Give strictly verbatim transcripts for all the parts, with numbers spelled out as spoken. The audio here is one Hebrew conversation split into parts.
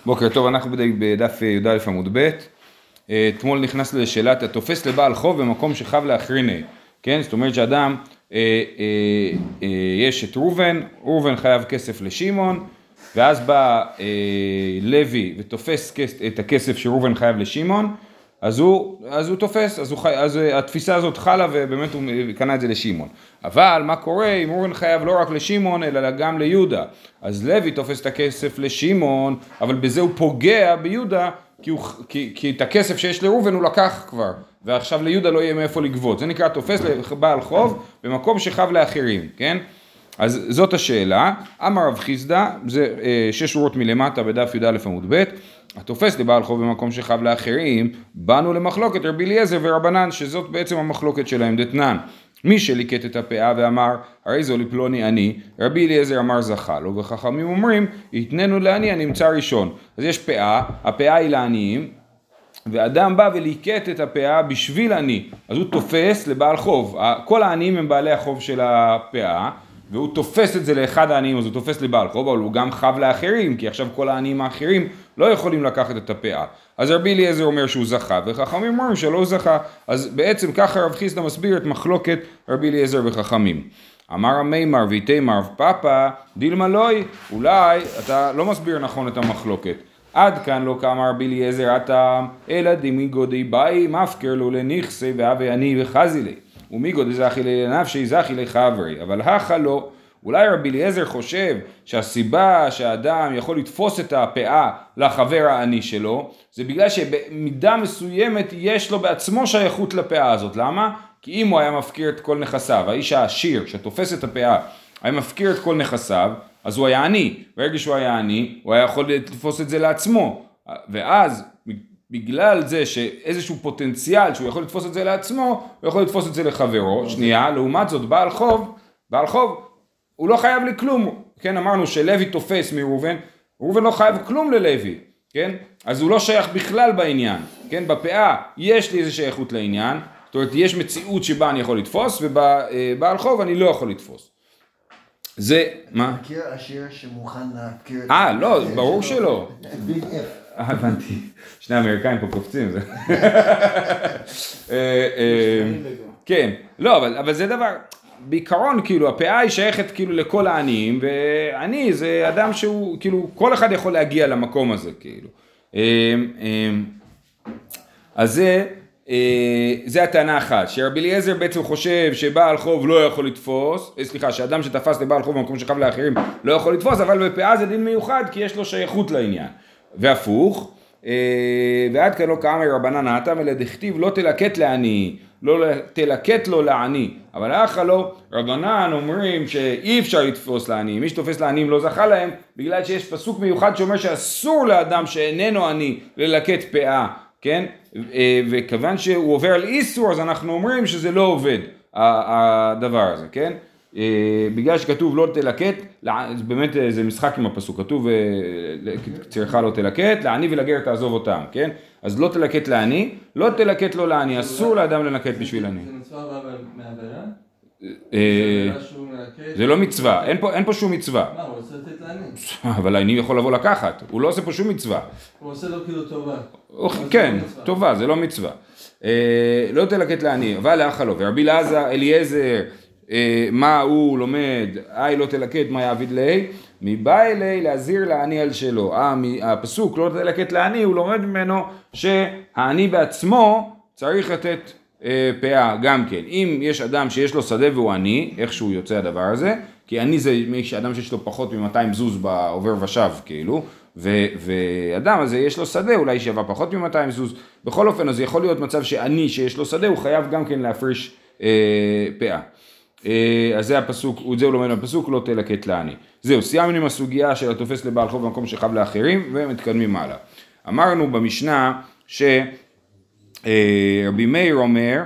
בוקר טוב, אנחנו בדף י"א עמוד ב'. אתמול נכנס לשאלת התופס לבעל חוב במקום שחב לאחריני, כן? זאת אומרת שאדם, אה, אה, אה, יש את ראובן, ראובן חייב כסף לשמעון, ואז בא אה, לוי ותופס את הכסף שראובן חייב לשמעון, אז הוא, אז הוא תופס, אז, הוא חי, אז התפיסה הזאת חלה ובאמת הוא קנה את זה לשמעון. אבל מה קורה אם ראובן חייב לא רק לשמעון אלא גם ליהודה? אז לוי תופס את הכסף לשמעון, אבל בזה הוא פוגע ביהודה, כי, הוא, כי, כי את הכסף שיש לראובן הוא לקח כבר, ועכשיו ליהודה לא יהיה מאיפה לגבות. זה נקרא תופס לבעל חוב במקום שחב לאחרים, כן? אז זאת השאלה. אמר רב חיסדא, זה שש שורות מלמטה בדף י"א עמוד ב', התופס לבעל חוב במקום שחב לאחרים, באנו למחלוקת רבי אליעזר ורבנן, שזאת בעצם המחלוקת שלהם דתנן. מי שליקט את הפאה ואמר, הרי זו לפלוני אני, רבי אליעזר אמר זכה לו, וחכמים אומרים, יתננו לעני הנמצא ראשון. אז יש פאה, הפאה היא לעניים, ואדם בא וליקט את הפאה בשביל עני, אז הוא תופס לבעל חוב. כל העניים הם בעלי החוב של הפאה, והוא תופס את זה לאחד העניים, אז הוא תופס לבעל חוב, אבל הוא גם חב לאחרים, כי עכשיו כל העניים האחרים לא יכולים לקחת את הפאה. אז רבי אליעזר אומר שהוא זכה, וחכמים אומרים שלא זכה. אז בעצם ככה רב חיסדא מסביר את מחלוקת רבי אליעזר וחכמים. אמר המימר ויתימר פאפא דילמה לוי, אולי אתה לא מסביר נכון את המחלוקת. עד כאן לא כאמר רבי אליעזר הטעם, אלא דמיגו די באי מפקר לו לנכסי ואבי עני וחזי לי. ומיגו דזכי לי לנפשי זכי לי חברי, אבל הכה לא. אולי רבי אליעזר חושב שהסיבה שהאדם יכול לתפוס את הפאה לחבר העני שלו, זה בגלל שבמידה מסוימת יש לו בעצמו שייכות לפאה הזאת. למה? כי אם הוא היה מפקיר את כל נכסיו, האיש העשיר שתופס את הפאה, היה מפקיר את כל נכסיו, אז הוא היה עני. ברגע שהוא היה עני, הוא היה יכול לתפוס את זה לעצמו. ואז בגלל זה שאיזשהו פוטנציאל שהוא יכול לתפוס את זה לעצמו, הוא יכול לתפוס את זה לחברו. שנייה, לעומת זאת, בעל חוב, בעל חוב, הוא לא חייב לי כלום. כן, אמרנו שלוי תופס מראובן, ראובן לא חייב כלום ללוי, כן? אז הוא לא שייך בכלל בעניין, כן? בפאה יש לי איזו שייכות לעניין, זאת אומרת, יש מציאות שבה אני יכול לתפוס, ובעל חוב אני לא יכול לתפוס. זה, מה? מכיר עשיר שמוכן להפקיר... אה, לא, ברור שלא. ביג אף. הבנתי, שני האמריקאים פה קופצים, זה. כן, לא, אבל, אבל זה דבר, בעיקרון, כאילו, הפאה היא שייכת כאילו לכל העניים, ועני זה אדם שהוא, כאילו, כל אחד יכול להגיע למקום הזה, כאילו. אז זה, זה הטענה אחת, שרבי אליעזר בעצם חושב שבעל חוב לא יכול לתפוס, סליחה, שאדם שתפס לבעל חוב במקום שחב לאחרים לא יכול לתפוס, אבל בפאה זה דין מיוחד, כי יש לו שייכות לעניין. והפוך, ועד כאן לא כאמר רבנן הטעם, אלא דכתיב לא תלקט לעני, לא תלקט לו לעני, אבל אחר לא, רבנן אומרים שאי אפשר לתפוס לעני, מי שתופס לעניים לא זכה להם, בגלל שיש פסוק מיוחד שאומר שאסור לאדם שאיננו עני ללקט פאה, כן? וכיוון שהוא עובר על איסור, אז אנחנו אומרים שזה לא עובד, הדבר הזה, כן? בגלל שכתוב לא תלקט, באמת זה משחק עם הפסוק, כתוב צריכה לא תלקט, לעני ולגר תעזוב אותם, כן? אז לא תלקט לעני, לא תלקט לו לעני, אסור לאדם ללקט בשביל עני. זה מצווה מהעבירה? זה לא מצווה, אין פה שום מצווה. מה, הוא רוצה לתת לעני? אבל העני יכול לבוא לקחת, הוא לא עושה פה שום מצווה. הוא עושה לו כאילו טובה. כן, טובה, זה לא מצווה. לא תלקט לעני, אבל לאחר לא, ורבי אליעזר, מה הוא לומד, אי לא תלקט מה יעביד לי, מבא אלי להזהיר לעני על שלו. הפסוק לא תלקט לעני, הוא לומד ממנו שהעני בעצמו צריך לתת פאה גם כן. אם יש אדם שיש לו שדה והוא עני, איכשהו יוצא הדבר הזה, כי עני זה אדם שיש לו פחות מ-מאתיים זוז בעובר ושב כאילו, ואדם הזה יש לו שדה, אולי שווה פחות מ-מאתיים זוז, בכל אופן אז יכול להיות מצב שעני שיש לו שדה, הוא חייב גם כן להפריש פאה. אז זה הפסוק, זה הוא לומד בפסוק, לא תלקט לעני. זהו, סיימנו עם הסוגיה של התופס לבעל חוב במקום שחב לאחרים, ומתקדמים הלאה. אמרנו במשנה שרבי מאיר אומר,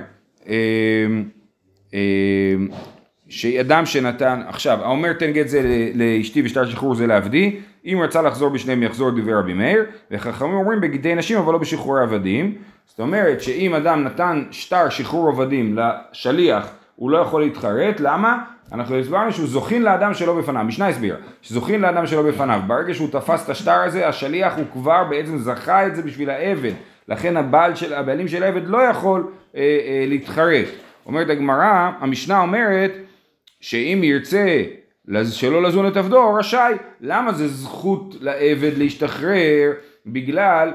שאדם שנתן, עכשיו, האומר תן גט זה לאשתי ושטר שחרור זה לעבדי, אם רצה לחזור בשניהם יחזור דבר רבי מאיר, וחכמים אומרים בגידי נשים אבל לא בשחרורי עבדים. זאת אומרת שאם אדם נתן שטר שחרור עבדים לשליח, הוא לא יכול להתחרט, למה? אנחנו הסברנו שהוא זוכין לאדם שלא בפניו, משנה הסביר, שזוכין לאדם שלא בפניו, ברגע שהוא תפס את השטר הזה, השליח הוא כבר בעצם זכה את זה בשביל העבד, לכן הבעל של, הבעלים של העבד לא יכול אה, אה, להתחרט. אומרת הגמרא, המשנה אומרת, שאם ירצה שלא לזון את עבדו, רשאי. למה זה זכות לעבד להשתחרר? בגלל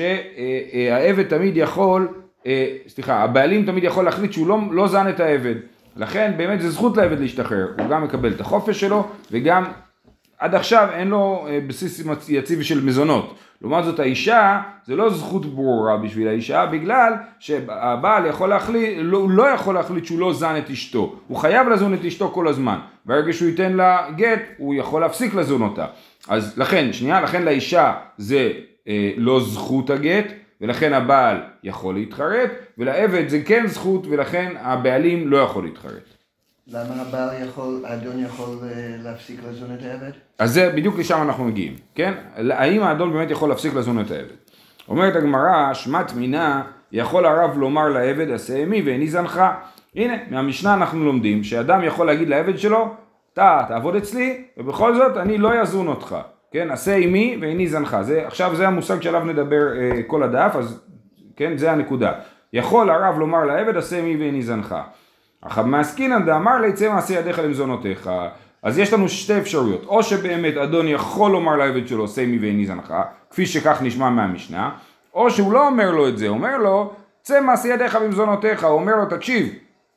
שהעבד תמיד יכול, סליחה, הבעלים תמיד יכול להחליט שהוא לא, לא זן את העבד. לכן באמת זה זכות לעבד להשתחרר. הוא גם מקבל את החופש שלו, וגם עד עכשיו אין לו בסיס יציב של מזונות. לעומת זאת האישה, זה לא זכות ברורה בשביל האישה, בגלל שהבעל יכול להחליט, לא, הוא לא יכול להחליט שהוא לא זן את אשתו. הוא חייב לזון את אשתו כל הזמן. ברגע שהוא ייתן לה גט, הוא יכול להפסיק לזון אותה. אז לכן, שנייה, לכן לאישה זה אה, לא זכות הגט, ולכן הבעל יכול להתחרט, ולעבד זה כן זכות, ולכן הבעלים לא יכול להתחרט. למה הבעל יכול, האדון יכול להפסיק לזון את העבד? אז זה בדיוק לשם אנחנו מגיעים, כן? האם האדון באמת יכול להפסיק לזון את העבד? אומרת הגמרא, שמת מינה, יכול הרב לומר לעבד, עשה עמי ואיני זנך. הנה, מהמשנה אנחנו לומדים שאדם יכול להגיד לעבד שלו, אתה תעבוד אצלי, ובכל זאת אני לא יזון אותך. כן, עשה עמי ואיני זנך. זה, עכשיו זה המושג שעליו נדבר אה, כל הדף, אז כן, זה הנקודה. יכול הרב לומר לעבד, עשה עמי ואיני זנך. אך מעסקינן דאמר לי, צא מעשה ידיך למזונותיך. אז יש לנו שתי אפשרויות, או שבאמת אדון יכול לומר לעבד שלו, עשה עמי ואיני זנך, כפי שכך נשמע מהמשנה, או שהוא לא אומר לו את זה, הוא אומר לו, צא מעשה ידיך במזונותיך, הוא אומר לו, תקשיב,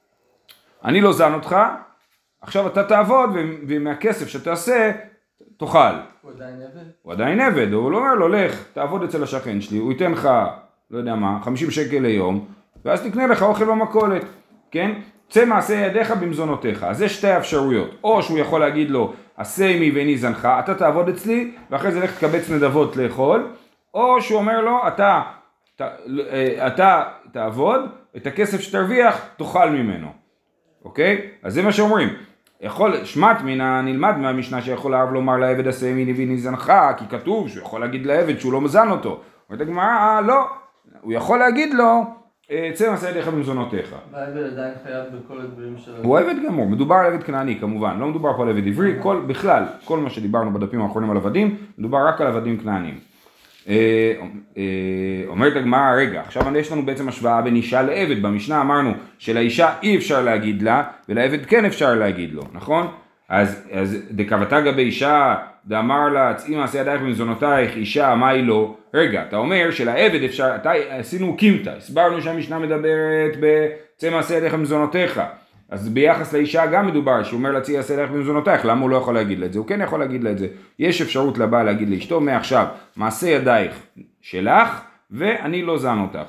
אני לא זן אותך, עכשיו אתה תעבוד, ומהכסף שתעשה, תאכל. הוא עדיין עבד? הוא עדיין עבד, הוא לא אומר לו, לך, תעבוד אצל השכן שלי, הוא ייתן לך, לא יודע מה, חמישים שקל ליום, ואז תקנה לך אוכל במכולת, כן? צא מעשה ידיך במזונותיך. אז זה שתי אפשרויות. או שהוא יכול להגיד לו, עשה עמי ואיני זנך, אתה תעבוד אצלי, ואחרי זה לך תקבץ נדבות לאכול, או שהוא אומר לו, אתה, אתה, אתה תעבוד, את הכסף שתרוויח, תאכל ממנו. אוקיי? אז זה מה שאומרים. יכול, שמת מן נלמד מהמשנה שיכול הרב לומר לעבד, עשה עמי ואיני זנך, כי כתוב שהוא יכול להגיד לעבד שהוא לא מזן אותו. אומרת הגמרא, לא. הוא יכול להגיד לו, צא מעשה ידיך במזונותיך. והעבד עדיין חייב בכל הדברים שלו. הוא עבד גמור, מדובר על עבד כנעני כמובן, לא מדובר פה על עבד עברי, כל, בכלל, כל מה שדיברנו בדפים האחרונים על עבדים, מדובר רק על עבדים כנענים. אומרת הגמרא, רגע, עכשיו יש לנו בעצם השוואה בין אישה לעבד, במשנה אמרנו שלאישה אי אפשר להגיד לה, ולעבד כן אפשר להגיד לו, נכון? אז, אז דקבתה גבי אישה, דאמר לה, צאי מעשה ידייך במזונותייך, אישה, מה היא לא? רגע, אתה אומר שלעבד אפשר, אתה, עשינו קימתא, הסברנו שהמשנה מדברת בצא מעשה ידייך במזונותיך, אז ביחס לאישה גם מדובר, שהוא אומר לה, צאי מעשה ידייך במזונותייך, למה הוא לא יכול להגיד לה את זה? הוא כן יכול להגיד לה את זה. יש אפשרות לבעל להגיד לאשתו, מעכשיו, מעשה ידייך שלך, ואני לא זן אותך.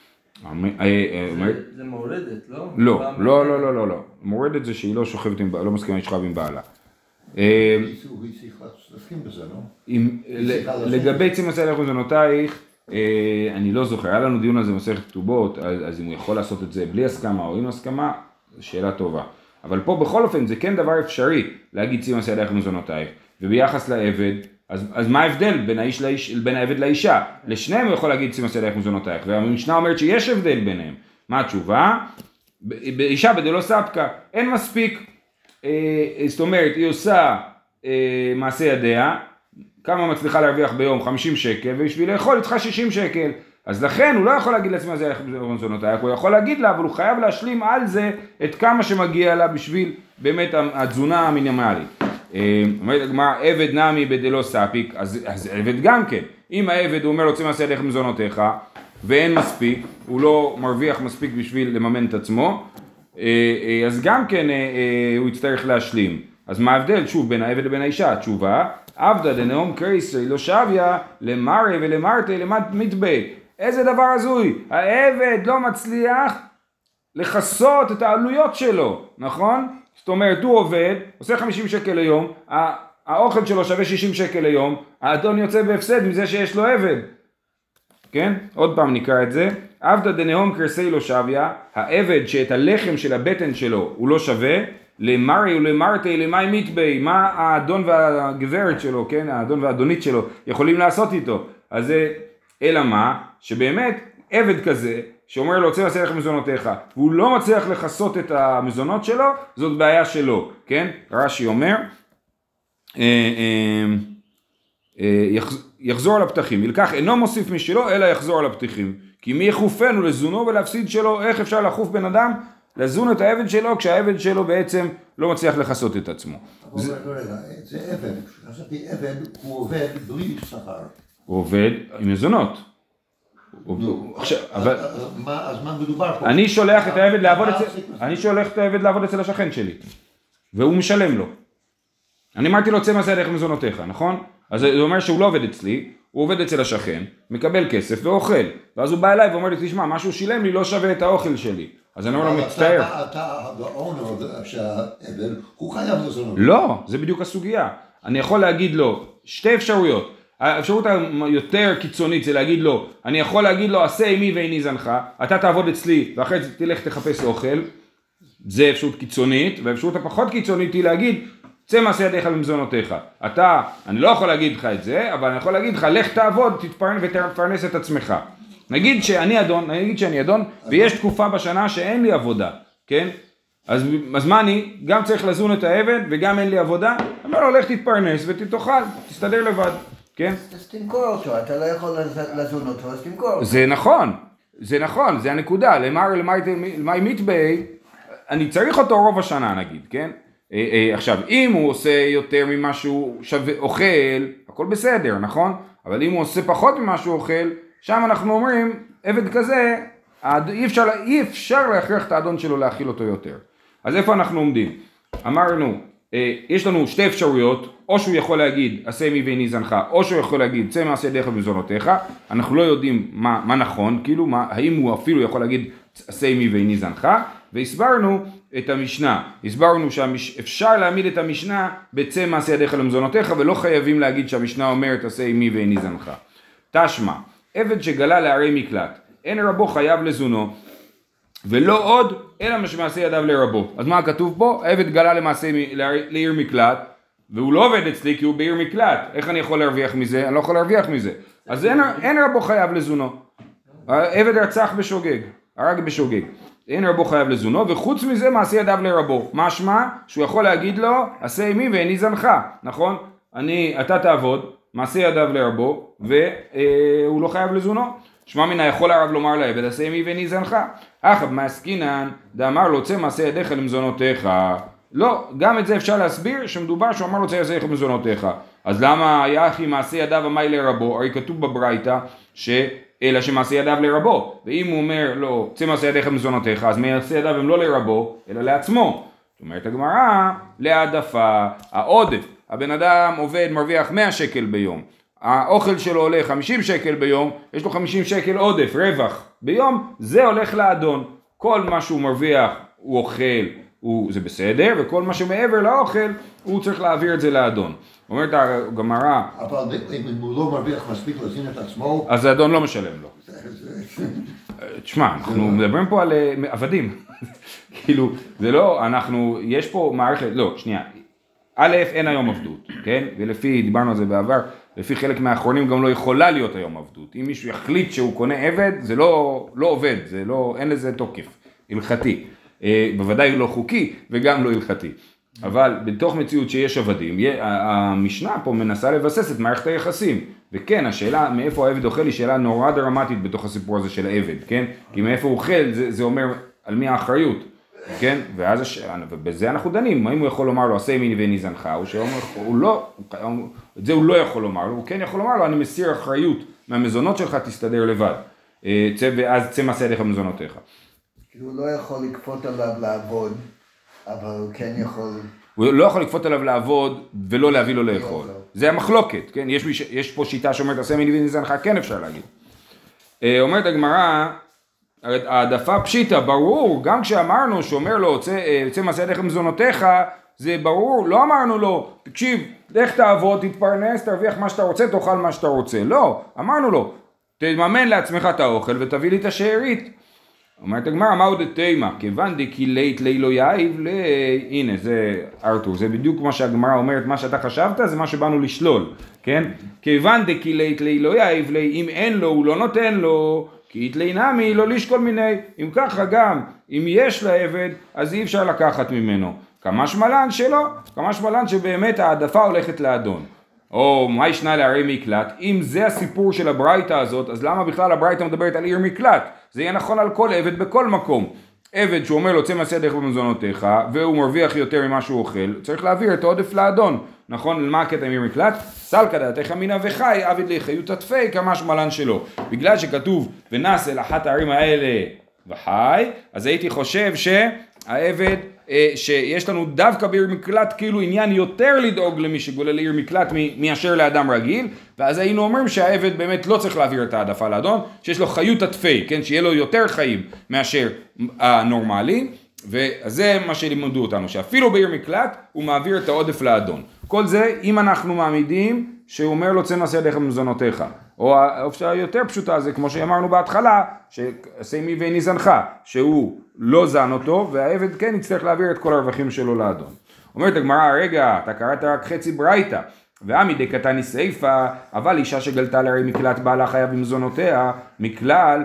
זה מורדת, לא? לא, לא, לא, לא, לא, לא. מורדת זה שהיא לא שוכבת, לא מסכימה לשכב עם בעלה. היא צריכה להסכים בזה, לא? לגבי צא מעשה ידייך במזונותייך, אני לא זוכר, היה לנו דיון על זה במסכת כתובות, אז אם הוא יכול לעשות את זה בלי הסכמה או עם הסכמה, זו שאלה טובה. אבל פה בכל אופן זה כן דבר אפשרי להגיד צא מעשה ידייך במזונותייך, וביחס לעבד, אז, אז מה ההבדל בין, האיש לאיש, בין העבד לאישה? לשניהם הוא יכול להגיד צא מעשה ידייך במזונותייך, והמשנה אומרת שיש הבדל ביניהם. מה התשובה? באישה בדלא ספקא, אין מספיק, אה, זאת אומרת, היא עושה אה, מעשה ידיה, כמה מצליחה להרוויח ביום? חמישים שקל, ובשביל לאכול היא צריכה שישים שקל. אז לכן הוא לא יכול להגיד לעצמה זה במזונותייך, הוא יכול להגיד לה, אבל הוא חייב להשלים על זה את כמה שמגיע לה בשביל באמת התזונה המינימלית. אומרת הגמרא, עבד נמי בדלא ספיק, אז, אז עבד גם כן. אם העבד הוא אומר לו צא מעשה ידייך במזונותיך, ואין מספיק, הוא לא מרוויח מספיק בשביל לממן את עצמו, אז גם כן הוא יצטרך להשלים. אז מה ההבדל? שוב, בין העבד לבין האישה, התשובה, עבדה דנאום קרייסרי לא שביה למרי ולמרתי למד מתבי. איזה דבר הזוי, העבד לא מצליח לחסות את העלויות שלו, נכון? זאת אומרת, הוא עובד, עושה חמישים שקל ליום, האוכל שלו שווה שישים שקל ליום, האדון יוצא בהפסד מזה שיש לו עבד. כן? עוד פעם נקרא את זה. עבדה דנאום קרייסרי לא שביה, העבד שאת הלחם של הבטן שלו הוא לא שווה, למרי ולמרתי למי מתבי, מה האדון והגברת שלו, כן? האדון והאדונית שלו יכולים לעשות איתו. אז זה, אלא מה? שבאמת עבד כזה שאומר לו, רוצה לעשות לך מזונותיך, והוא לא מצליח לחסות את המזונות שלו, זאת בעיה שלו, כן? רש"י אומר, יחזור על הפתחים, ילקח אינו מוסיף משלו, אלא יחזור על הפתחים, כי מי יחופנו לזונו ולהפסיד שלו, איך אפשר לחוף בן אדם? לזון את העבד שלו, כשהעבד שלו בעצם לא מצליח לחסות את עצמו. זה עבד, חשבתי עבד, הוא עובד בלי שכר. הוא עובד עם מזונות. אז מה מדובר פה? אני שולח את העבד לעבוד אצל, אני שולח את העבד לעבוד אצל השכן שלי, והוא משלם לו. אני אמרתי לו, צא מעשה ידיך מזונותיך, נכון? אז זה אומר שהוא לא עובד אצלי, הוא עובד אצל השכן, מקבל כסף ואוכל, ואז הוא בא אליי ואומר לי, תשמע, מה שהוא שילם לי לא שווה את האוכל שלי. אז אני אומר לו, מצטער. אתה האונר שהעבד, הוא חייב לזונות. לא, זה בדיוק הסוגיה. אני יכול להגיד לו, שתי אפשרויות. האפשרות היותר קיצונית זה להגיד לו, אני יכול להגיד לו, עשה עמי ועיני זנך, אתה תעבוד אצלי, ואחרי זה תלך תחפש אוכל. זה אפשרות קיצונית, והאפשרות הפחות קיצונית היא להגיד, צא מעשה ידיך במזונותיך. אתה, אני לא יכול להגיד לך את זה, אבל אני יכול להגיד לך, לך תעבוד, תתפרנס ותפרנס את עצמך. נגיד שאני אדון, נגיד שאני אדון, ויש תקופה בשנה שאין לי עבודה, כן? אז, אז מה אני? גם צריך לזון את העבד, וגם אין לי עבודה. אני אומר לו, לך תתפרנס ותתאכל, תסתדר לבד, כן? אז תמכור אותו, אתה לא יכול לזון אותו, אז תמכור אותו. זה נכון, זה נכון, זה הנקודה. למר למאי מיטבי, אני צריך אותו רוב השנה נגיד, כן? עכשיו, אם הוא עושה יותר ממה שהוא שווה, אוכל, הכל בסדר, נכון? אבל אם הוא עושה פחות ממה שהוא אוכל, שם אנחנו אומרים, עבד כזה, אי אפשר, אי אפשר להכריח את האדון שלו להאכיל אותו יותר. אז איפה אנחנו עומדים? אמרנו, יש לנו שתי אפשרויות, או שהוא יכול להגיד, עשה עמי ועיני זנך, או שהוא יכול להגיד, צא מעשה ידיך במזונותיך. אנחנו לא יודעים מה, מה נכון, כאילו, מה, האם הוא אפילו יכול להגיד, עשה עמי ועיני זנך, והסברנו את המשנה. הסברנו שאפשר להעמיד את המשנה בצא מעשה ידיך למזונותיך, ולא חייבים להגיד שהמשנה אומרת, עשה עמי ועיני זנך. תשמע, עבד שגלה לערי מקלט, אין רבו חייב לזונו, ולא עוד, אלא מעשה ידיו לרבו. אז מה כתוב פה? עבד גלה למעשה לעיר מקלט, והוא לא עובד אצלי כי הוא בעיר מקלט. איך אני יכול להרוויח מזה? אני לא יכול להרוויח מזה. אז אין, אין רבו חייב לזונו. עבד רצח בשוגג, הרג בשוגג. אין רבו חייב לזונו, וחוץ מזה מעשה ידיו לרבו. משמע שהוא יכול להגיד לו, עשה עמי ועיני זנך, נכון? אני, אתה תעבוד, מעשה ידיו לרבו, והוא לא חייב לזונו. שמע מן היכול הרב לומר לעבד, עשה עמי ועיני זנך. אך מעסקינן, דאמר לו, צא מעשה ידיך למזונותיך. לא, גם את זה אפשר להסביר, שמדובר שהוא אמר לו, צא מעשה ידיך למזונותיך. אז למה היה אחי מעשה ידיו עמי לרבו? הרי כתוב בברייתא, ש... אלא שמעשה ידיו לרבו. ואם הוא אומר לו, צא מעשה ידיך למזונותיך, אז מעשה ידיו הם לא לרבו, אלא לעצמו. זאת אומרת הגמרא, להעדפה, העודף. הבן אדם עובד, מרוויח מאה שקל ביום. האוכל שלו עולה חמישים שקל ביום, יש לו חמישים שקל עודף, רווח. ביום זה הולך לאדון. כל מה שהוא מרוויח הוא אוכל, הוא, זה בסדר, וכל מה שמעבר לאוכל, הוא צריך להעביר את זה לאדון. אומרת הגמרא, אבל אם הוא לא מרוויח מספיק לזין את עצמו, אז האדון לא משלם לו. תשמע, אנחנו מדברים פה על עבדים. כאילו, זה לא, אנחנו, יש פה מערכת, לא, שנייה. א', אין היום עבדות, כן? ולפי, דיברנו על זה בעבר, לפי חלק מהאחרונים גם לא יכולה להיות היום עבדות. אם מישהו יחליט שהוא קונה עבד, זה לא, לא עובד, זה לא, אין לזה תוקף, הלכתי. אה, בוודאי לא חוקי וגם לא הלכתי. אבל בתוך מציאות שיש עבדים, המשנה פה מנסה לבסס את מערכת היחסים. וכן, השאלה מאיפה העבד אוכל היא שאלה נורא דרמטית בתוך הסיפור הזה של העבד, כן? כי מאיפה הוא אוכל, זה, זה אומר על מי האחריות. כן? ואז השאלה, ובזה אנחנו דנים, האם הוא יכול לומר לו, עשה עמי ועיני זנך, או שאומר, הוא לא, את זה הוא לא יכול לומר לו, הוא כן יכול לומר לו, אני מסיר אחריות מהמזונות שלך, תסתדר לבד, ואז צא מעשה ידיך במזונותיך. כאילו הוא לא יכול לכפות עליו לעבוד, אבל הוא כן יכול... הוא לא יכול לכפות עליו לעבוד, ולא להביא לו לאכול. זה המחלוקת, כן? יש, יש פה שיטה שאומרת, עשה עמי ועיני זנך, כן אפשר להגיד. אומרת הגמרא, העדפה פשיטה, ברור, גם כשאמרנו שאומר לו, צא מעשה ידיך במזונותיך, זה ברור, לא אמרנו לו, תקשיב, לך תעבוד, תתפרנס, תרוויח מה שאתה רוצה, תאכל מה שאתה רוצה, לא, אמרנו לו, תממן לעצמך את האוכל ותביא לי את השארית. אומרת הגמרא, מה עוד תימה? כיוון דקי לית לי לא יאיב, הנה, זה ארתור, זה בדיוק מה שהגמרא אומרת, מה שאתה חשבת, זה מה שבאנו לשלול, כן? כיוון דקי לית לי לא יאיב, אם אין לו, הוא לא נותן לו, כי יתלי נמי לא לשקול מיני, אם ככה גם, אם יש לעבד, אז אי אפשר לקחת ממנו. כמה שמלן שלא, כמה שמלן שבאמת העדפה הולכת לאדון. או מה ישנה לערי מקלט, אם זה הסיפור של הברייתא הזאת, אז למה בכלל הברייתא מדברת על עיר מקלט? זה יהיה נכון על כל עבד בכל מקום. עבד שהוא אומר לו צא מעשה ידיך במזונותיך, והוא מרוויח יותר ממה שהוא אוכל, צריך להעביר את העודף לאדון. נכון? מה הקטע עם עיר מקלט? סלקא דעתך אמינא וחי, עבד לחיות עטפי כמה שמלן שלו. בגלל שכתוב ונס אל אחת הערים האלה וחי, אז הייתי חושב שהעבד, שיש לנו דווקא בעיר מקלט כאילו עניין יותר לדאוג למי שגולל לעיר מקלט מאשר לאדם רגיל, ואז היינו אומרים שהעבד באמת לא צריך להעביר את העדפה לאדון, שיש לו חיות עטפי, כן? שיהיה לו יותר חיים מאשר הנורמלי, וזה מה שלימדו אותנו, שאפילו בעיר מקלט הוא מעביר את העודף לאדון. כל זה אם אנחנו מעמידים שהוא אומר לו צא מעשה ידיך במזונותיך, או האופציה היותר פשוטה זה כמו שאמרנו בהתחלה, שסיימי ואיני זנך, שהוא לא זן אותו, והעבד כן יצטרך להעביר את כל הרווחים שלו לאדון. אומרת הגמרא, רגע, אתה קראת רק חצי ברייתא, ועמי דקתני סייפא, אבל אישה שגלתה לערי מקלט בעלה חייב במזונותיה, מכלל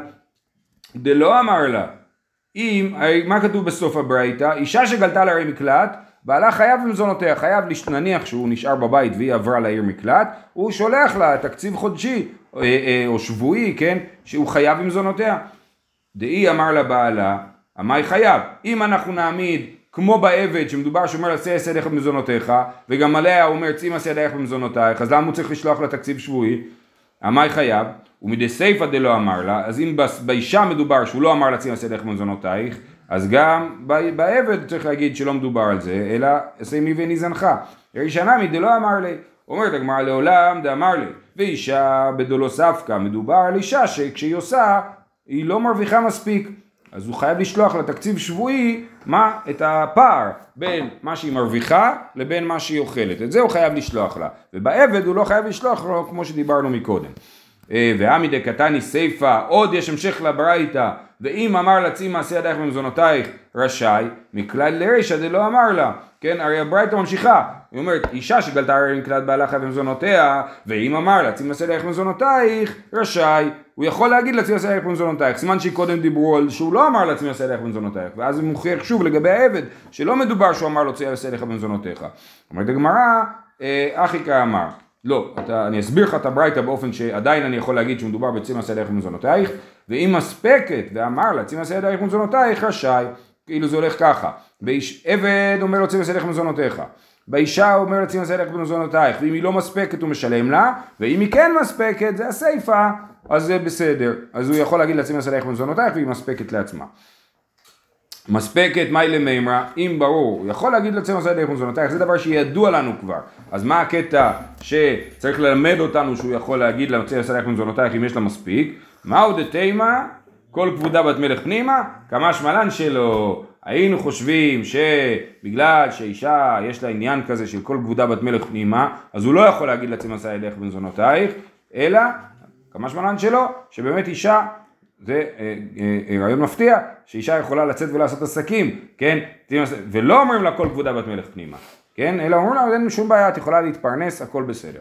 דלא אמר לה, אם, מה כתוב בסוף הברייתא? אישה שגלתה לערי מקלט, בעלה חייב במזונותיה, חייב נניח שהוא נשאר בבית והיא עברה לעיר מקלט, הוא שולח לה תקציב חודשי או, או שבועי, כן, שהוא חייב במזונותיה. דאי אמר לה בעלה, אמי חייב, אם אנחנו נעמיד כמו בעבד שמדובר שאומר לה צא מעשה ידיך במזונותיך, וגם עליה הוא אומר צאי מעשה ידיך במזונותייך, אז למה הוא צריך לשלוח לה תקציב שבועי? אמי חייב, ומדי סייפא דלא אמר לה, אז אם באישה מדובר שהוא לא אמר לה צאי מעשה ידיך במזונותייך, אז גם בעבד צריך להגיד שלא מדובר על זה, אלא סיימי ואיני זנך. ראשונה מדלא אמר לי, אומרת הגמרא לעולם דאמר לי, ואישה בדלא ספקא, מדובר על אישה שכשהיא עושה, היא לא מרוויחה מספיק, אז הוא חייב לשלוח לתקציב שבועי, מה? את הפער בין מה שהיא מרוויחה לבין מה שהיא אוכלת, את זה הוא חייב לשלוח לה, ובעבד הוא לא חייב לשלוח לו כמו שדיברנו מקודם. ועמי דקתני סייפא, עוד יש המשך לברייתא, ואם אמר לה צאי מעשה ידייך במזונותייך רשאי, מכלל לרישא דלא אמר לה, כן, הרי הברייתא ממשיכה, היא אומרת, אישה שגלתה לערי מקלט בעלה חייב במזונותיה, ואם אמר לה צאי מעשה ידייך במזונותייך רשאי, הוא יכול להגיד לה צאי מעשה ידייך במזונותייך, סימן שקודם דיברו על שהוא לא אמר לה צאי מעשה ידייך במזונותייך, ואז הוא מוכיח שוב לגבי העבד, שלא מדובר שהוא אמר לו צאי מעשה ידייך במזונותיך. אומרת הגמרא, אחי כאמר, לא, אתה, אני אסביר לך את הברייתא באופן שעדיין אני יכול להגיד שמדובר בצאי מעשה ידייך במזונותייך, ואם מספקת ואמר לה צאי מעשה ידייך במזונותייך רשאי, כאילו זה הולך ככה, באיש, עבד אומר לו צאי מעשה ידייך במזונותיך, באישה הוא אומר לה צאי מעשה ידייך במזונותייך, ואם היא לא מספקת הוא משלם לה, ואם היא כן מספקת זה הסייפה, אז זה בסדר, אז הוא יכול להגיד לה צאי מעשה ידייך במזונותייך והיא מספקת לעצמה. מספקת מיילה מימרה, אם ברור, הוא יכול להגיד לצא מעשה ידייך במזונותייך, זה דבר שידוע לנו כבר, אז מה הקטע שצריך ללמד אותנו שהוא יכול להגיד לצא מעשה ידייך במזונותייך אם יש לה מספיק? מהו דתימה, כל כבודה בת מלך פנימה, כמה שמלן שלו, היינו חושבים שבגלל שאישה יש לה עניין כזה של כל כבודה בת מלך פנימה, אז הוא לא יכול להגיד לצא מעשה ידייך במזונותייך, אלא כמה שמלן שלו, שבאמת אישה, זה רעיון מפתיע, שאישה יכולה לצאת ולעשות עסקים, כן? ולא אומרים לה כל כבודה בת מלך פנימה, כן? אלא אומרים לה, אין שום בעיה, את יכולה להתפרנס, הכל בסדר.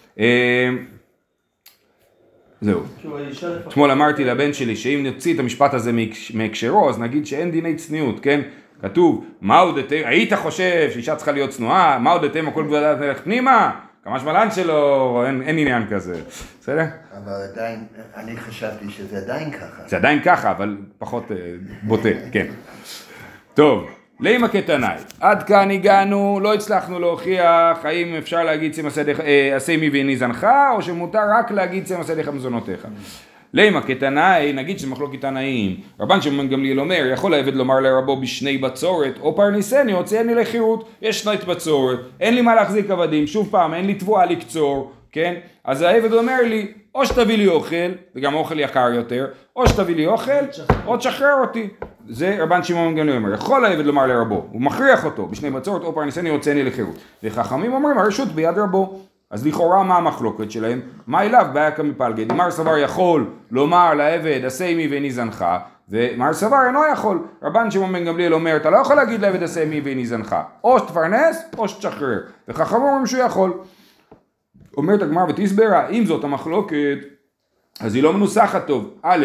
זהו. אתמול אמרתי לבן שלי, שאם נוציא את המשפט הזה מהקשרו, אז נגיד שאין דיני צניעות, כן? כתוב, מהו דתימה, היית חושב שאישה צריכה להיות צנועה, מהו דתימה כל כבודה בת מלך פנימה? כמה שמלן שלו, אין, אין עניין כזה, בסדר? אבל עדיין, אני חשבתי שזה עדיין ככה. זה עדיין ככה, אבל פחות אה, בוטה, כן. טוב, לימה קטנאי, עד כאן הגענו, לא הצלחנו להוכיח האם אפשר להגיד צא מעשה ידיך, אה, עשה מי ואיני זנך, או שמותר רק להגיד צא מעשה ידיך במזונותיך. לימה קטנאי, נגיד שזה מחלוקת תנאים, רבן שמעון גמליאל אומר, יכול העבד לומר לרבו בשני בצורת, או פרנסני, הוציאני לחירות, יש שנת בצורת, אין לי מה להחזיק עבדים, שוב פעם, אין לי תבואה לקצור, כן? אז העבד אומר לי, או שתביא לי אוכל, וגם אוכל יקר יותר, או שתביא לי אוכל, או תשחרר אותי. זה רבן שמעון גמליאל אומר, יכול העבד לומר לרבו, הוא מכריח אותו, בשני בצורת, או פרנסני, הוציאני לחירות. וחכמים אומרים, הרשות ביד רבו. אז לכאורה מה המחלוקת שלהם? מה אליו? בעיה כמפלגה. מר סבר יכול לומר לעבד, עשה עמי ואיני זנך, ומר סבר אינו יכול. רבן שמעון בן גמליאל אומר, אתה לא יכול להגיד לעבד, עשה עמי ואיני זנך. או שתפרנס, או שתשחרר. וחכמים אומרים שהוא יכול. אומרת הגמרא ותסברה, אם זאת המחלוקת, אז היא לא מנוסחת טוב. א',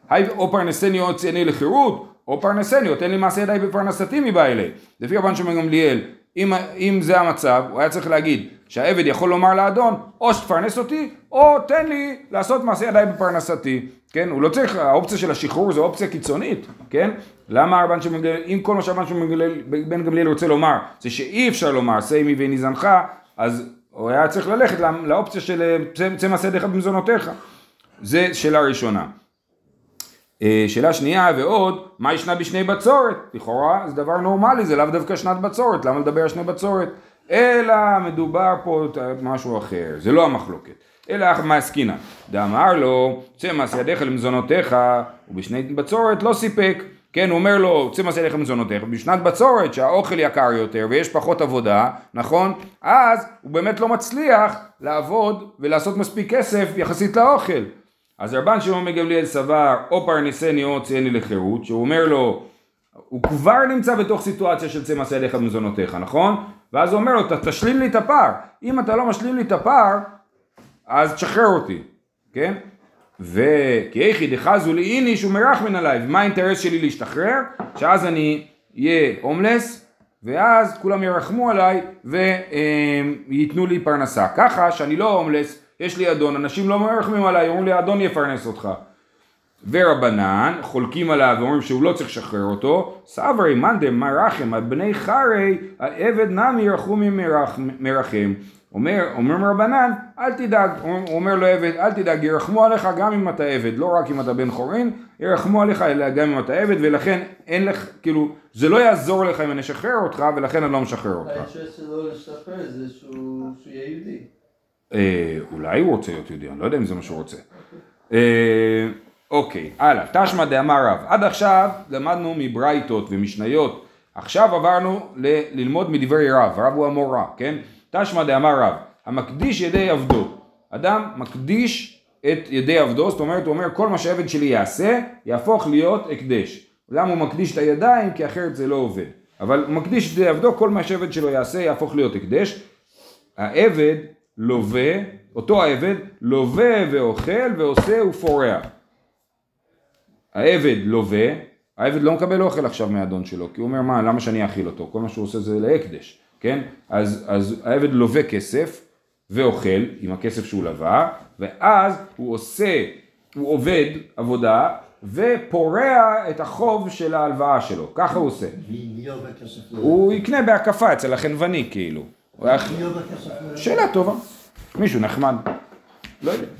היי או פרנסני או צייני לחירות, או פרנסני, או תן לי מעשה ידיי בפרנסתי מבא אלי. לפי רבן שמעון גמליאל, אם, אם זה המצב, הוא היה צריך להגיד שהעבד יכול לומר לאדון, או שתפרנס אותי, או תן לי לעשות מעשה ידיי בפרנסתי. כן? הוא לא צריך, האופציה של השחרור זו אופציה קיצונית, כן? למה רבן שמעון גמליאל, אם כל מה שרבן שמעון בן גמליאל רוצה לומר, זה שאי אפשר לומר, סיימי ואיני זנך, אז הוא היה צריך ללכת לאופציה של צא מעשה ידיך במזונותיך. זה שאלה ראשונה. שאלה שנייה ועוד, מה ישנה בשני בצורת? לכאורה זה דבר נורמלי, זה לאו דווקא שנת בצורת, למה לדבר על שני בצורת? אלא מדובר פה משהו אחר, זה לא המחלוקת. אלא מה עסקינן? דאמר לו, צא מעשה ידיך למזונותיך, ובשני בצורת לא סיפק. כן, הוא אומר לו, צא מעשה ידיך למזונותיך, בשנת בצורת שהאוכל יקר יותר ויש פחות עבודה, נכון? אז הוא באמת לא מצליח לעבוד ולעשות מספיק כסף יחסית לאוכל. אז רבן שמעון בן גמליאל סבר, או פרנסני או צייני לחירות, שהוא אומר לו, הוא כבר נמצא בתוך סיטואציה של צא מעשה ידיך במזונותיך, נכון? ואז הוא אומר לו, תשלים לי את הפער. אם אתה לא משלים לי את הפער, אז תשחרר אותי, כן? וכי איכי דחזו לי איניש ומרחמן עליי, ומה האינטרס שלי להשתחרר? שאז אני אהיה הומלס, ואז כולם ירחמו עליי וייתנו לי פרנסה. ככה שאני לא הומלס, יש לי אדון, אנשים לא מרחמים עליי, אומרים לי אדון יפרנס אותך. ורבנן חולקים עליו ואומרים שהוא לא צריך לשחרר אותו, סברי מנדם מרחם, בני חרי העבד נמי ירחומי מרחם. אומר, אומר רבנן, אל תדאג, הוא אומר לו עבד, אל תדאג, ירחמו עליך גם אם אתה עבד, לא רק אם אתה בן חורין, ירחמו עליך אלא גם אם אתה עבד, ולכן אין לך, כאילו, זה לא יעזור לך אם אני אשחרר אותך, ולכן אני לא משחרר אותך. האינטרס שלו לשחרר זה שהוא יהיה יהודי. אולי הוא רוצה להיות יהודי, אני לא יודע אם זה מה שהוא רוצה. אוקיי, הלאה, תשמע דאמר רב, עד עכשיו למדנו מברייתות ומשניות, עכשיו עברנו ללמוד מדברי רב, רב הוא המורה, כן? תשמע דאמר רב, המקדיש ידי עבדו, אדם מקדיש את ידי עבדו, זאת אומרת, הוא אומר, כל מה שהעבד שלי יעשה, יהפוך להיות הקדש. למה הוא מקדיש את הידיים? כי אחרת זה לא עובד. אבל הוא מקדיש את ידי עבדו, כל מה שהעבד שלו יעשה, יהפוך להיות הקדש. העבד לווה, אותו העבד, לווה ואוכל ועושה ופורע. העבד לווה, העבד לא מקבל אוכל עכשיו מהאדון שלו, כי הוא אומר, מה, למה שאני אאכיל אותו? כל מה שהוא עושה זה להקדש. כן? אז, אז העבד לווה כסף ואוכל עם הכסף שהוא לווה, ואז הוא עושה, הוא עובד עבודה ופורע את החוב של ההלוואה שלו. ככה הוא עושה. מי לווה כסף? הוא יקנה בהקפה אצל החנווני כאילו. מי לווה כסף? שאלה טובה. מישהו נחמד. לא יודע.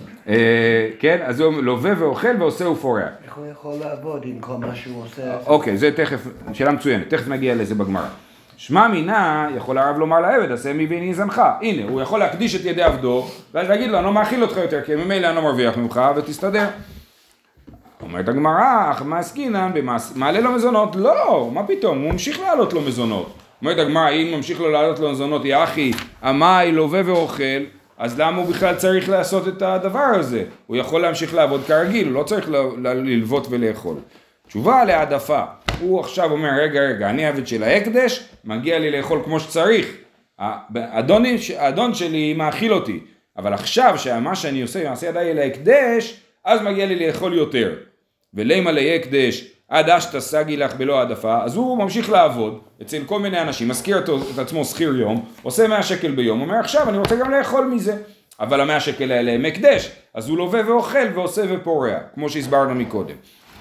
כן, אז הוא לווה ואוכל ועושה ופורע. איך הוא יכול לעבוד עם כל מה שהוא עושה? אוקיי, זה תכף, שאלה מצוינת, תכף נגיע לזה בגמרא. שמע מינה, יכול הרב לומר לעבד, עשה מי ואיני זנך. הנה, הוא יכול להקדיש את ידי עבדו, ואז להגיד לו, אני לא מאכיל אותך יותר, כי ממילא אני לא מרוויח ממך, ותסתדר. אומרת הגמרא, אך מה עסקינן, מעלה לו מזונות? לא, מה פתאום, הוא ממשיך לעלות לו מזונות. אומרת הגמרא, אם ממשיך לו לעלות לו מזונות, יא אחי, עמי לווה ואוכל, אז למה הוא בכלל צריך לעשות את הדבר הזה? הוא יכול להמשיך לעבוד כרגיל, הוא לא צריך ללוות ולאכול. תשובה להעדפה, הוא עכשיו אומר, רגע, רגע, אני עבד של ההקדש, מגיע לי לאכול כמו שצריך. האדון, האדון שלי מאכיל אותי, אבל עכשיו שמה שאני עושה, מעשה ידיי להקדש, אז מגיע לי לאכול יותר. ולימה להקדש, עד אשתא סגי לך בלא העדפה, אז הוא ממשיך לעבוד אצל כל מיני אנשים, מזכיר את עצמו שכיר יום, עושה מאה שקל ביום, אומר עכשיו אני רוצה גם לאכול מזה. אבל המאה שקל האלה הם הקדש, אז הוא לווה ואוכל ועושה ופורע, כמו שהסברנו מקודם.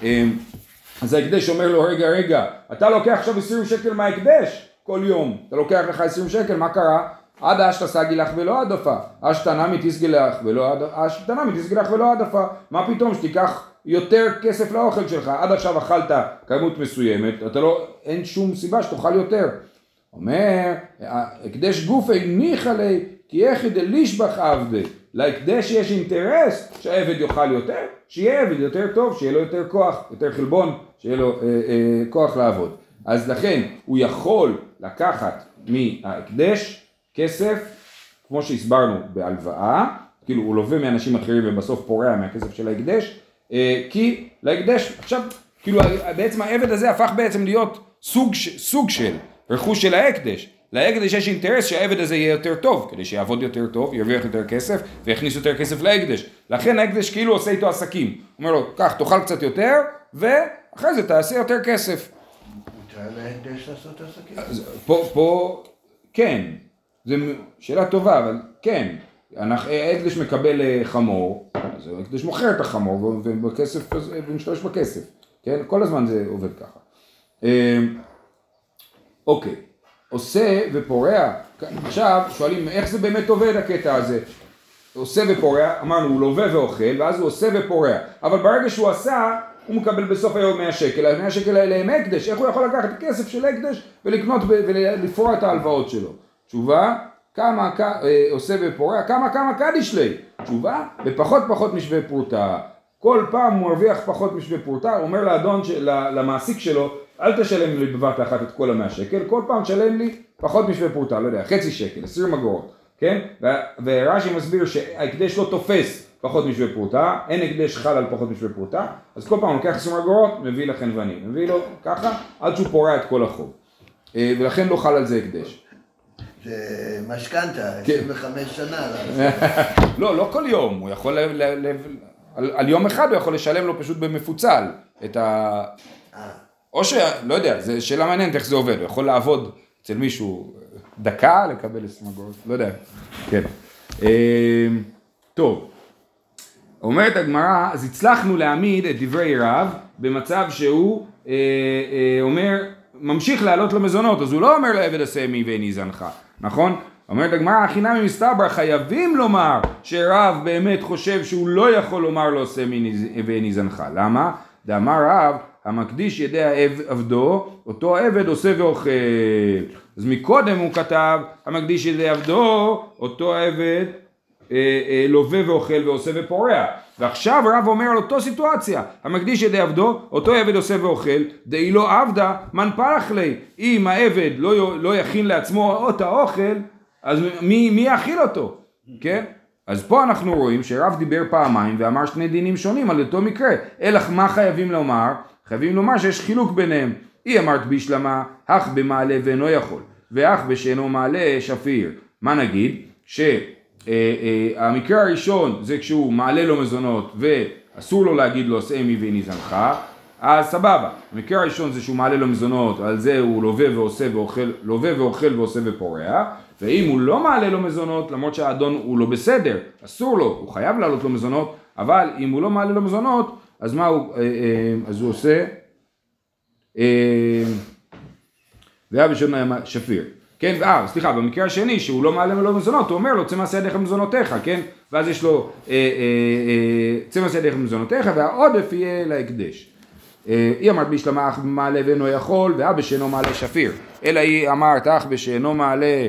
אז ההקדש אומר לו, רגע, רגע, אתה לוקח עכשיו עשרים שקל מההקדש כל יום, אתה לוקח לך עשרים שקל, מה קרה? עד אשתא סגי לך ולא העדפה, אשתא נמי תסגי לך ולא העדפה, מה פתאום שתיקח יותר כסף לאוכל שלך, עד עכשיו אכלת כמות מסוימת, אתה לא, אין שום סיבה שתאכל יותר. אומר, הקדש גופי ניחא לי, כי איך דלישבח עבדי, להקדש יש אינטרס שהעבד יאכל יותר, שיהיה עבד יותר טוב, שיהיה לו יותר כוח, יותר חלבון, שיהיה לו אה, אה, כוח לעבוד. אז לכן הוא יכול לקחת מההקדש כסף, כמו שהסברנו בהלוואה, כאילו הוא לווה מאנשים אחרים ובסוף פורע מהכסף של ההקדש, אה, כי להקדש, עכשיו, כאילו בעצם העבד הזה הפך בעצם להיות סוג, סוג של רכוש של ההקדש, להקדש יש אינטרס שהעבד הזה יהיה יותר טוב, כדי שיעבוד יותר טוב, ירוויח יותר כסף, ויכניס יותר כסף להקדש. לכן ההקדש כאילו עושה איתו עסקים. הוא אומר לו, קח, תאכל קצת יותר, ואחרי זה תעשה יותר כסף. מותר להקדש לעשות עסקים? אז פה, פה, כן, זו שאלה טובה, אבל כן. ההקדש מקבל חמור, אז ההקדש מוכר את החמור, ובכסף, ומשתמש בכסף. כן? כל הזמן זה עובד ככה. אוקיי. עושה ופורע, עכשיו שואלים איך זה באמת עובד הקטע הזה. עושה ופורע, אמרנו הוא לווה ואוכל, ואז הוא עושה ופורע, אבל ברגע שהוא עשה, הוא מקבל בסוף היום מאה שקל, מאה שקל האלה הם הקדש, איך הוא יכול לקחת את הכסף של הקדש ולקנות ולפרוע את ההלוואות שלו? תשובה, כמה עושה ופורע, כמה כמה קדיש לי? תשובה, בפחות פחות משווה פרוטה, כל פעם הוא מרוויח פחות משווה פרוטה, הוא אומר לאדון, למעסיק שלו, אל תשלם לי בבת אחת את כל המאה שקל, כל פעם תשלם לי פחות משווה פרוטה, לא יודע, חצי שקל, עשרים אגורות, כן? ורש"י מסביר שההקדש לא תופס פחות משווה פרוטה, אין הקדש חל על פחות משווה פרוטה, אז כל פעם הוא לוקח עשרים אגורות, מביא לחנווני, מביא לו ככה, עד שהוא פורע את כל החוב. ולכן לא חל על זה הקדש. זה משכנתה, עשרים וחמש שנה. לא, לא כל יום, הוא יכול, על יום אחד הוא יכול לשלם לו פשוט במפוצל, את ה... או ש... לא יודע, זו שאלה מעניינת איך זה עובד, הוא יכול לעבוד אצל מישהו דקה, לקבל עשרים אגורות, לא יודע, כן. טוב, אומרת הגמרא, אז הצלחנו להעמיד את דברי רב במצב שהוא אומר, ממשיך לעלות למזונות, אז הוא לא אומר לעבד עשה עמי ואיני זנך, נכון? אומרת הגמרא, הכי נמי מסתבר, חייבים לומר שרב באמת חושב שהוא לא יכול לומר לו עשה עמי ואיני זנך, למה? דאמר רב, המקדיש ידי עבדו, אותו העבד עושה ואוכל. אז מקודם הוא כתב, המקדיש ידי עבדו, אותו העבד אה, אה, לווה ואוכל ועושה ופורע. ועכשיו רב אומר על אותו סיטואציה, המקדיש ידי עבדו, אותו העבד עושה ואוכל, דאי לא עבדה, מן פרח לי. אם העבד לא, לא יכין לעצמו את האוכל, אז מי, מי יאכיל אותו? כן? אז פה אנחנו רואים שרב דיבר פעמיים ואמר שני דינים שונים על אותו מקרה. אלך מה חייבים לומר? חייבים לומר שיש חילוק ביניהם. היא אמרת בישלמה, אך במעלה ואינו יכול, ואך בשאינו מעלה שפיר. מה נגיד? שהמקרה הראשון זה כשהוא מעלה לו מזונות ואסור לו להגיד לו עשה עמי ואיני זנך, אז סבבה. המקרה הראשון זה שהוא מעלה לו מזונות, על זה הוא לווה ועושה ואוכל, לווה ואוכל ועושה ופורע. ואם הוא לא מעלה לו מזונות, למרות שהאדון הוא לא בסדר, אסור לו, הוא חייב לעלות לו מזונות, אבל אם הוא לא מעלה לו מזונות, אז מה הוא, אז הוא עושה? והיה בשון שפיר. כן, אה, סליחה, במקרה השני, שהוא לא מעלה לו מזונות, הוא אומר לו, צא מעשה ידיך מזונותיך, כן? ואז יש לו, צא מעשה ידיך מזונותיך, והעודף יהיה להקדש. היא אמרת בישלמה אך במעלה ואינו יכול, ואה בשאינו מעלה שפיר. אלא היא אמרת אך בשאינו מעלה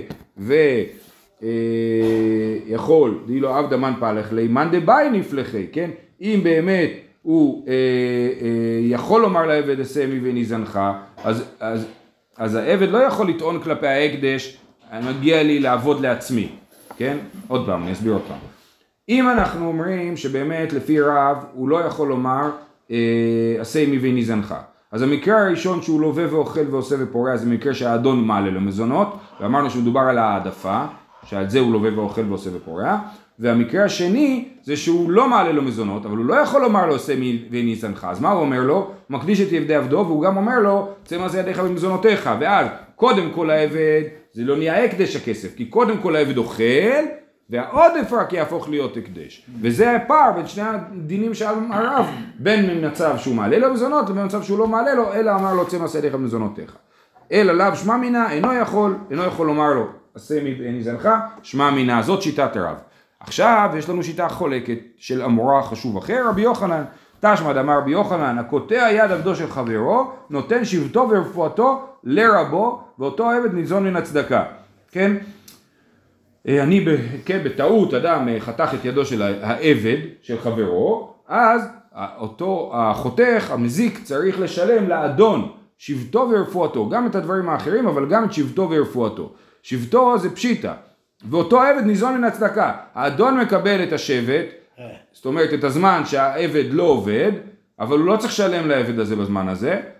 ויכול, די לא עבדה מן פלח לי, מן דבאי נפלחי, כן? אם באמת הוא אה, אה, יכול לומר לעבד עשה עמי ואיני זנך, אז, אז, אז העבד לא יכול לטעון כלפי ההקדש, מגיע לי לעבוד לעצמי, כן? עוד פעם, אני אסביר עוד פעם. אם אנחנו אומרים שבאמת לפי רב הוא לא יכול לומר אה, עשה עמי ואיני זנך, אז המקרה הראשון שהוא לווה ואוכל ועושה ופורע זה מקרה שהאדון מעלה לו מזונות, ואמרנו שמדובר על העדפה, שעל זה הוא לווה ואוכל ועושה ופורע, והמקרה השני זה שהוא לא מעלה לו מזונות, אבל הוא לא יכול לומר לו עשה עמי ואיני זנך, אז מה הוא אומר לו? הוא מקדיש את עבדי עבדו, והוא גם אומר לו צא מעשה ידיך במזונותיך, ואז קודם כל העבד, זה לא נהיה הקדש הכסף, כי קודם כל העבד אוכל, והעודף רק יהפוך להיות הקדש. וזה הפער בין שני הדינים של הרב, בין מצב שהוא מעלה לו מזונות, לבין מצב שהוא לא מעלה לו, אלא אמר לו צא מעשה ידיך במזונותיך. אלא לאו שמע מינה, אינו יכול, אינו יכול לומר לו עשה עמי ואיני זנך, שמע מינה, זאת שיטת הרב. עכשיו יש לנו שיטה חולקת של אמורה חשוב אחר, רבי יוחנן, תשמע דאמר רבי יוחנן, הקוטע יד עבדו של חברו, נותן שבטו ורפואתו לרבו, ואותו עבד ניזון מן הצדקה. כן? אני כן, בטעות אדם חתך את ידו של העבד של חברו, אז אותו החותך, המזיק, צריך לשלם לאדון שבטו ורפואתו, גם את הדברים האחרים, אבל גם את שבטו ורפואתו. שבטו זה פשיטה, ואותו עבד ניזון מן הצדקה. האדון מקבל את השבט, זאת אומרת את הזמן שהעבד לא עובד, אבל הוא לא צריך לשלם לעבד הזה בזמן הזה,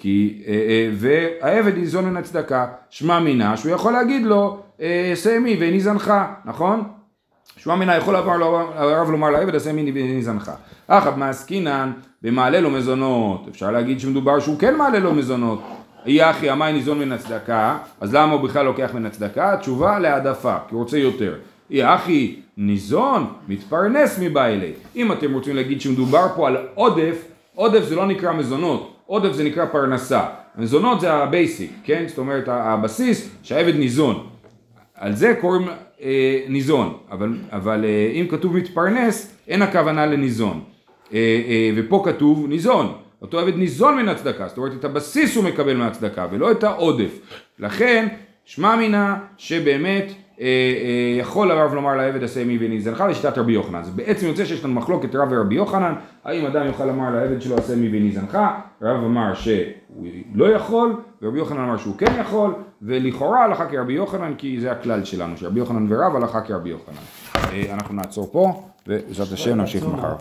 כי, אה, אה, והעבד ניזון מן הצדקה, שמע מינה, שהוא יכול להגיד לו, עשה עמי ואיני זנך, נכון? שמע מינה יכול הרב לומר לעבד, עשה עמי ואיני זנך. אך מעסקינן במעלה לו מזונות, אפשר להגיד שמדובר שהוא כן מעלה לו מזונות. אי אחי אמי ניזון מן הצדקה, אז למה הוא בכלל לוקח מן הצדקה? התשובה להעדפה, כי הוא רוצה יותר. אי אחי ניזון, מתפרנס מבעילי. אם אתם רוצים להגיד שמדובר פה על עודף, עודף זה לא נקרא מזונות, עודף זה נקרא פרנסה. מזונות זה הבייסיק, כן? זאת אומרת הבסיס שהעבד ניזון. על זה קוראים אה, ניזון, אבל, אבל אה, אם כתוב מתפרנס, אין הכוונה לניזון. אה, אה, ופה כתוב ניזון. אותו עבד ניזון מן הצדקה, זאת אומרת את הבסיס הוא מקבל מהצדקה ולא את העודף. לכן שמע מינה שבאמת אה, אה, יכול הרב לומר לעבד עשה עמי ואיני זנך לשיטת רבי יוחנן. זה בעצם יוצא שיש לנו מחלוקת רב ורבי יוחנן, האם אדם יוכל לומר לעבד שלו עשה עמי ואיני זנך. רב אמר שהוא לא יכול ורבי יוחנן אמר שהוא כן יכול, ולכאורה הלכה כרבי יוחנן כי זה הכלל שלנו שרבי יוחנן ורב הלכה כרבי יוחנן. אה, אנחנו נעצור פה ובעזרת השם נמשיך מחר.